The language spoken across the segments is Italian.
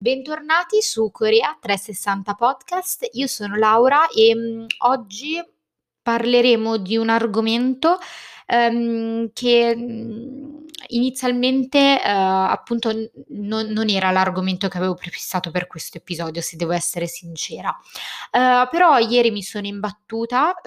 Bentornati su Corea 360 Podcast. Io sono Laura e oggi parleremo di un argomento che inizialmente appunto non era l'argomento che avevo prefissato per questo episodio, se devo essere sincera. Però ieri mi sono imbattuta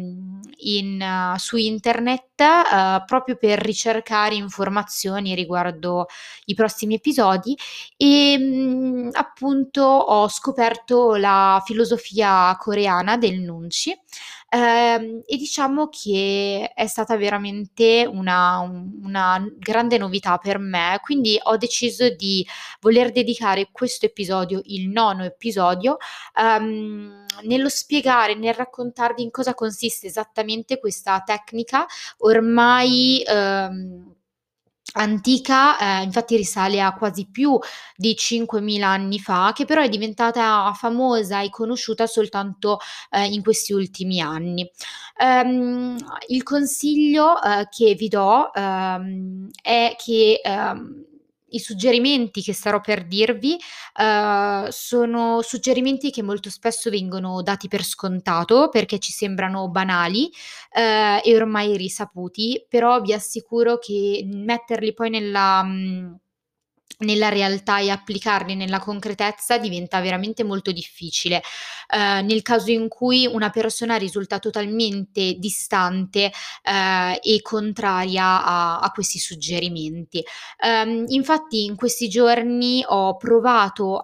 su internet proprio per ricercare informazioni riguardo i prossimi episodi e appunto ho scoperto la filosofia coreana del Nunchi, e diciamo che è stata veramente una grande novità per me, quindi ho deciso di voler dedicare questo episodio, il nono episodio, nello spiegare, nel raccontarvi in cosa consiste esattamente questa tecnica ormai antica, infatti risale a quasi più di 5.000 anni fa, che però è diventata famosa e conosciuta soltanto in questi ultimi anni. Ehm, il consiglio che vi do è che i suggerimenti che starò per dirvi sono suggerimenti che molto spesso vengono dati per scontato perché ci sembrano banali e ormai risaputi, però vi assicuro che metterli poi nella realtà e applicarli nella concretezza diventa veramente molto difficile. Nel caso in cui una persona risulta totalmente distante, e contraria a questi suggerimenti. Infatti in questi giorni ho provato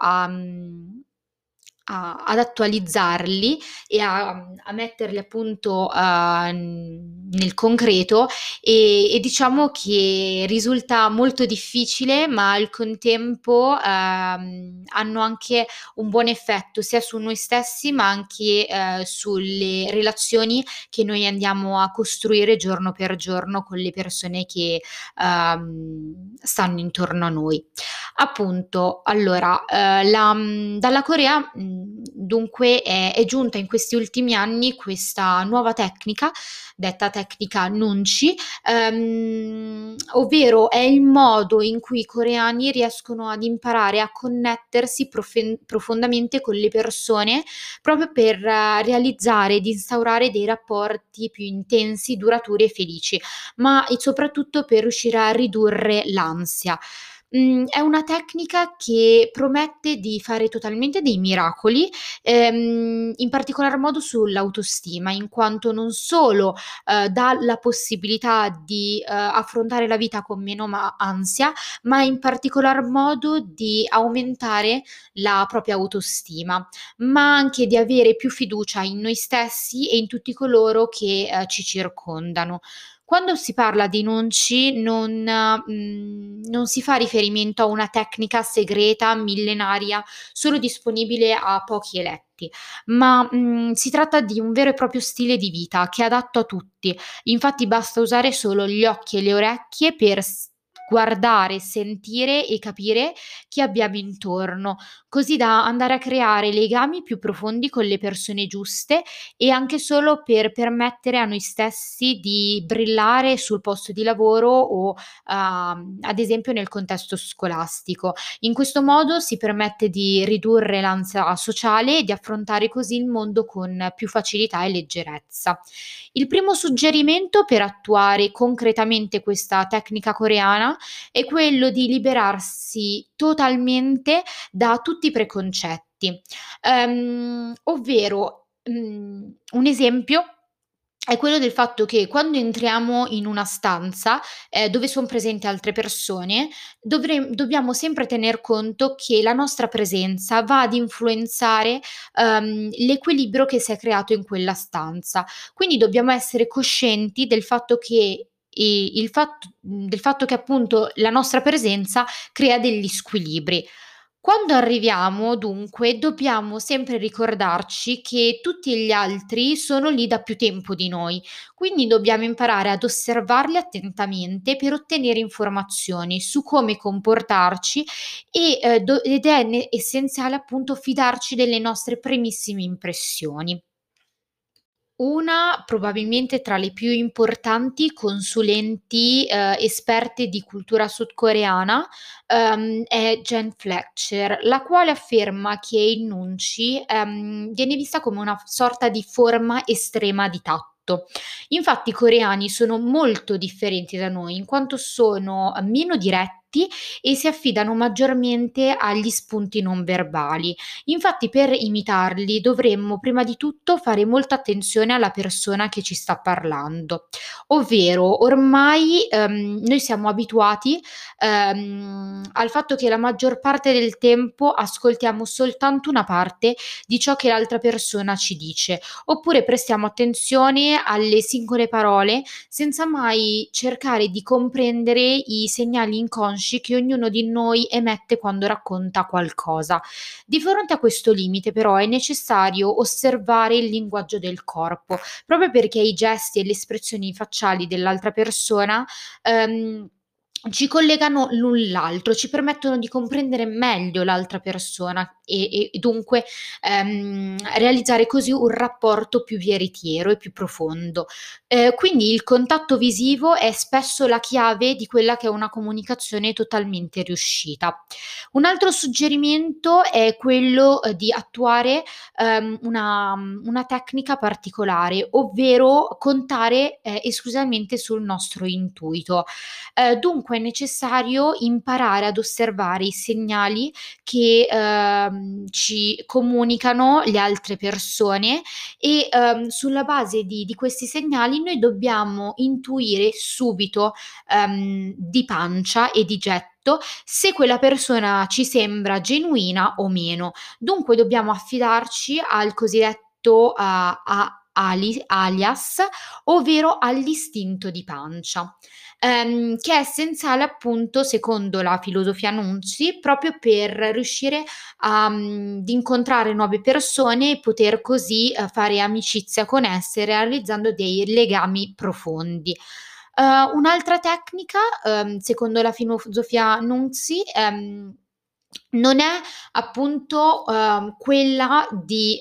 ad attualizzarli e a metterli appunto, nel concreto e diciamo che risulta molto difficile, ma al contempo, hanno anche un buon effetto sia su noi stessi, ma anche, sulle relazioni che noi andiamo a costruire giorno per giorno con le persone che, stanno intorno a noi. Appunto, allora, dalla Corea, dunque è giunta in questi ultimi anni questa nuova tecnica, detta tecnica Nunchi, ovvero è il modo in cui i coreani riescono ad imparare a connettersi profondamente con le persone, proprio per realizzare ed instaurare dei rapporti più intensi, duraturi e felici, ma e soprattutto per riuscire a ridurre l'ansia. È una tecnica che promette di fare totalmente dei miracoli, in particolar modo sull'autostima, in quanto non solo, dà la possibilità di, affrontare la vita con meno ansia, ma in particolar modo di aumentare la propria autostima, ma anche di avere più fiducia in noi stessi e in tutti coloro che, ci circondano. Quando si parla di Nunci non si fa riferimento a una tecnica segreta, millenaria, solo disponibile a pochi eletti, ma, si tratta di un vero e proprio stile di vita che è adatto a tutti. Infatti basta usare solo gli occhi e le orecchie per guardare, sentire e capire chi abbiamo intorno, così da andare a creare legami più profondi con le persone giuste e anche solo per permettere a noi stessi di brillare sul posto di lavoro o, ad esempio nel contesto scolastico. In questo modo si permette di ridurre l'ansia sociale e di affrontare così il mondo con più facilità e leggerezza. Il primo suggerimento per attuare concretamente questa tecnica coreana è quello di liberarsi totalmente da tutti i preconcetti. Ovvero, un esempio è quello del fatto che quando entriamo in una stanza, dove son presenti altre persone, dobbiamo sempre tener conto che la nostra presenza va ad influenzare, l'equilibrio che si è creato in quella stanza. Quindi dobbiamo essere coscienti del fatto che del fatto che appunto la nostra presenza crea degli squilibri. Quando arriviamo dunque dobbiamo sempre ricordarci che tutti gli altri sono lì da più tempo di noi, quindi dobbiamo imparare ad osservarli attentamente per ottenere informazioni su come comportarci ed è essenziale appunto fidarci delle nostre primissime impressioni. Una probabilmente tra le più importanti consulenti, esperte di cultura sudcoreana, è Jen Fletcher, la quale afferma che il nunci, viene vista come una sorta di forma estrema di tatto. Infatti i coreani sono molto differenti da noi, in quanto sono meno diretti e si affidano maggiormente agli spunti non verbali. Infatti per imitarli dovremmo prima di tutto fare molta attenzione alla persona che ci sta parlando, ovvero ormai, noi siamo abituati, al fatto che la maggior parte del tempo ascoltiamo soltanto una parte di ciò che l'altra persona ci dice, oppure prestiamo attenzione alle singole parole senza mai cercare di comprendere i segnali inconsci che ognuno di noi emette quando racconta qualcosa. Di fronte a questo limite però è necessario osservare il linguaggio del corpo, proprio perché i gesti e le espressioni facciali dell'altra persona, ehm, ci collegano l'un l'altro, ci permettono di comprendere meglio l'altra persona e dunque, realizzare così un rapporto più veritiero e più profondo. Quindi il contatto visivo è spesso la chiave di quella che è una comunicazione totalmente riuscita. Un altro suggerimento è quello, di attuare, una tecnica particolare, ovvero contare, esclusivamente sul nostro intuito. Dunque è necessario imparare ad osservare i segnali che, ci comunicano le altre persone e, sulla base di questi segnali noi dobbiamo intuire subito, di pancia e di getto se quella persona ci sembra genuina o meno. Dunque dobbiamo affidarci al cosiddetto alias, ovvero all'istinto di pancia, che è essenziale appunto secondo la filosofia Nunzi, proprio per riuscire ad incontrare nuove persone e poter così, fare amicizia con esse, realizzando dei legami profondi. Un'altra tecnica, secondo la filosofia Nunzi, non è appunto, quella di,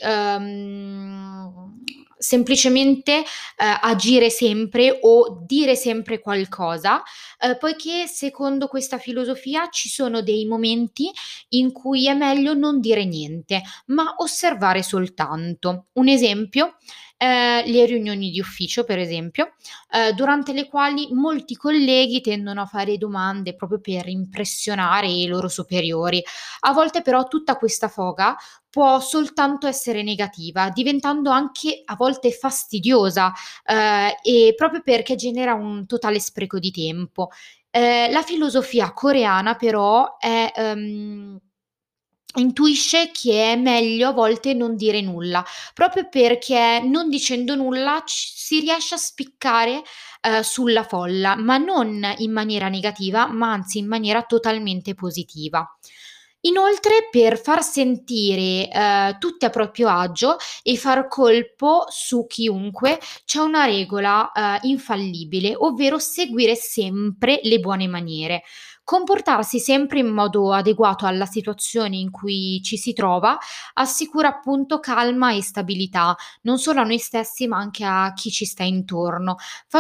semplicemente, agire sempre o dire sempre qualcosa, poiché secondo questa filosofia ci sono dei momenti in cui è meglio non dire niente, ma osservare soltanto. Un esempio, le riunioni di ufficio per esempio, durante le quali molti colleghi tendono a fare domande proprio per impressionare i loro superiori. A volte però tutta questa foga può soltanto essere negativa, diventando anche a volte fastidiosa, e proprio perché genera un totale spreco di tempo. La filosofia coreana però è intuisce che è meglio a volte non dire nulla, proprio perché non dicendo nulla si riesce a spiccare, sulla folla, ma non in maniera negativa, ma anzi in maniera totalmente positiva. Inoltre per far sentire, tutti a proprio agio e far colpo su chiunque, c'è una regola, infallibile, ovvero seguire sempre le buone maniere. Comportarsi sempre in modo adeguato alla situazione in cui ci si trova, assicura appunto calma e stabilità, non solo a noi stessi ma anche a chi ci sta intorno,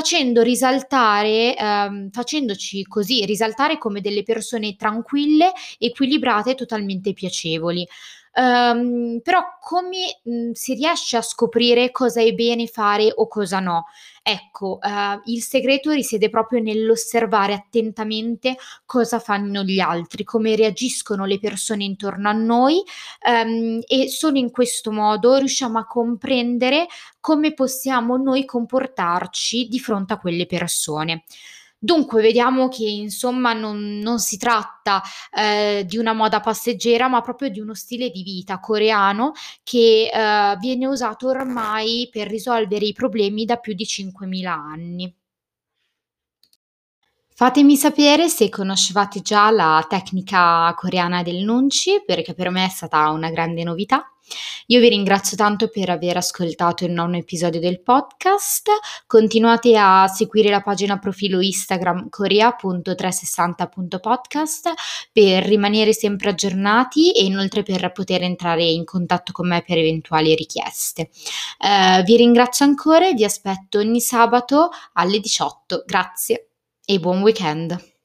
facendoci così risaltare come delle persone tranquille, equilibrate e totalmente piacevoli. Però come, si riesce a scoprire cosa è bene fare o cosa no? Ecco, il segreto risiede proprio nell'osservare attentamente cosa fanno gli altri, come reagiscono le persone intorno a noi, e solo in questo modo riusciamo a comprendere come possiamo noi comportarci di fronte a quelle persone. Dunque vediamo che insomma non si tratta, di una moda passeggera, ma proprio di uno stile di vita coreano che, viene usato ormai per risolvere i problemi da più di 5000 anni. Fatemi sapere se conoscevate già la tecnica coreana del nunci, perché per me è stata una grande novità. Io vi ringrazio tanto per aver ascoltato il nono episodio del podcast. Continuate a seguire la pagina profilo Instagram korea.360.podcast per rimanere sempre aggiornati e inoltre per poter entrare in contatto con me per eventuali richieste. Vi ringrazio ancora e vi aspetto ogni sabato alle 18. Grazie e buon weekend.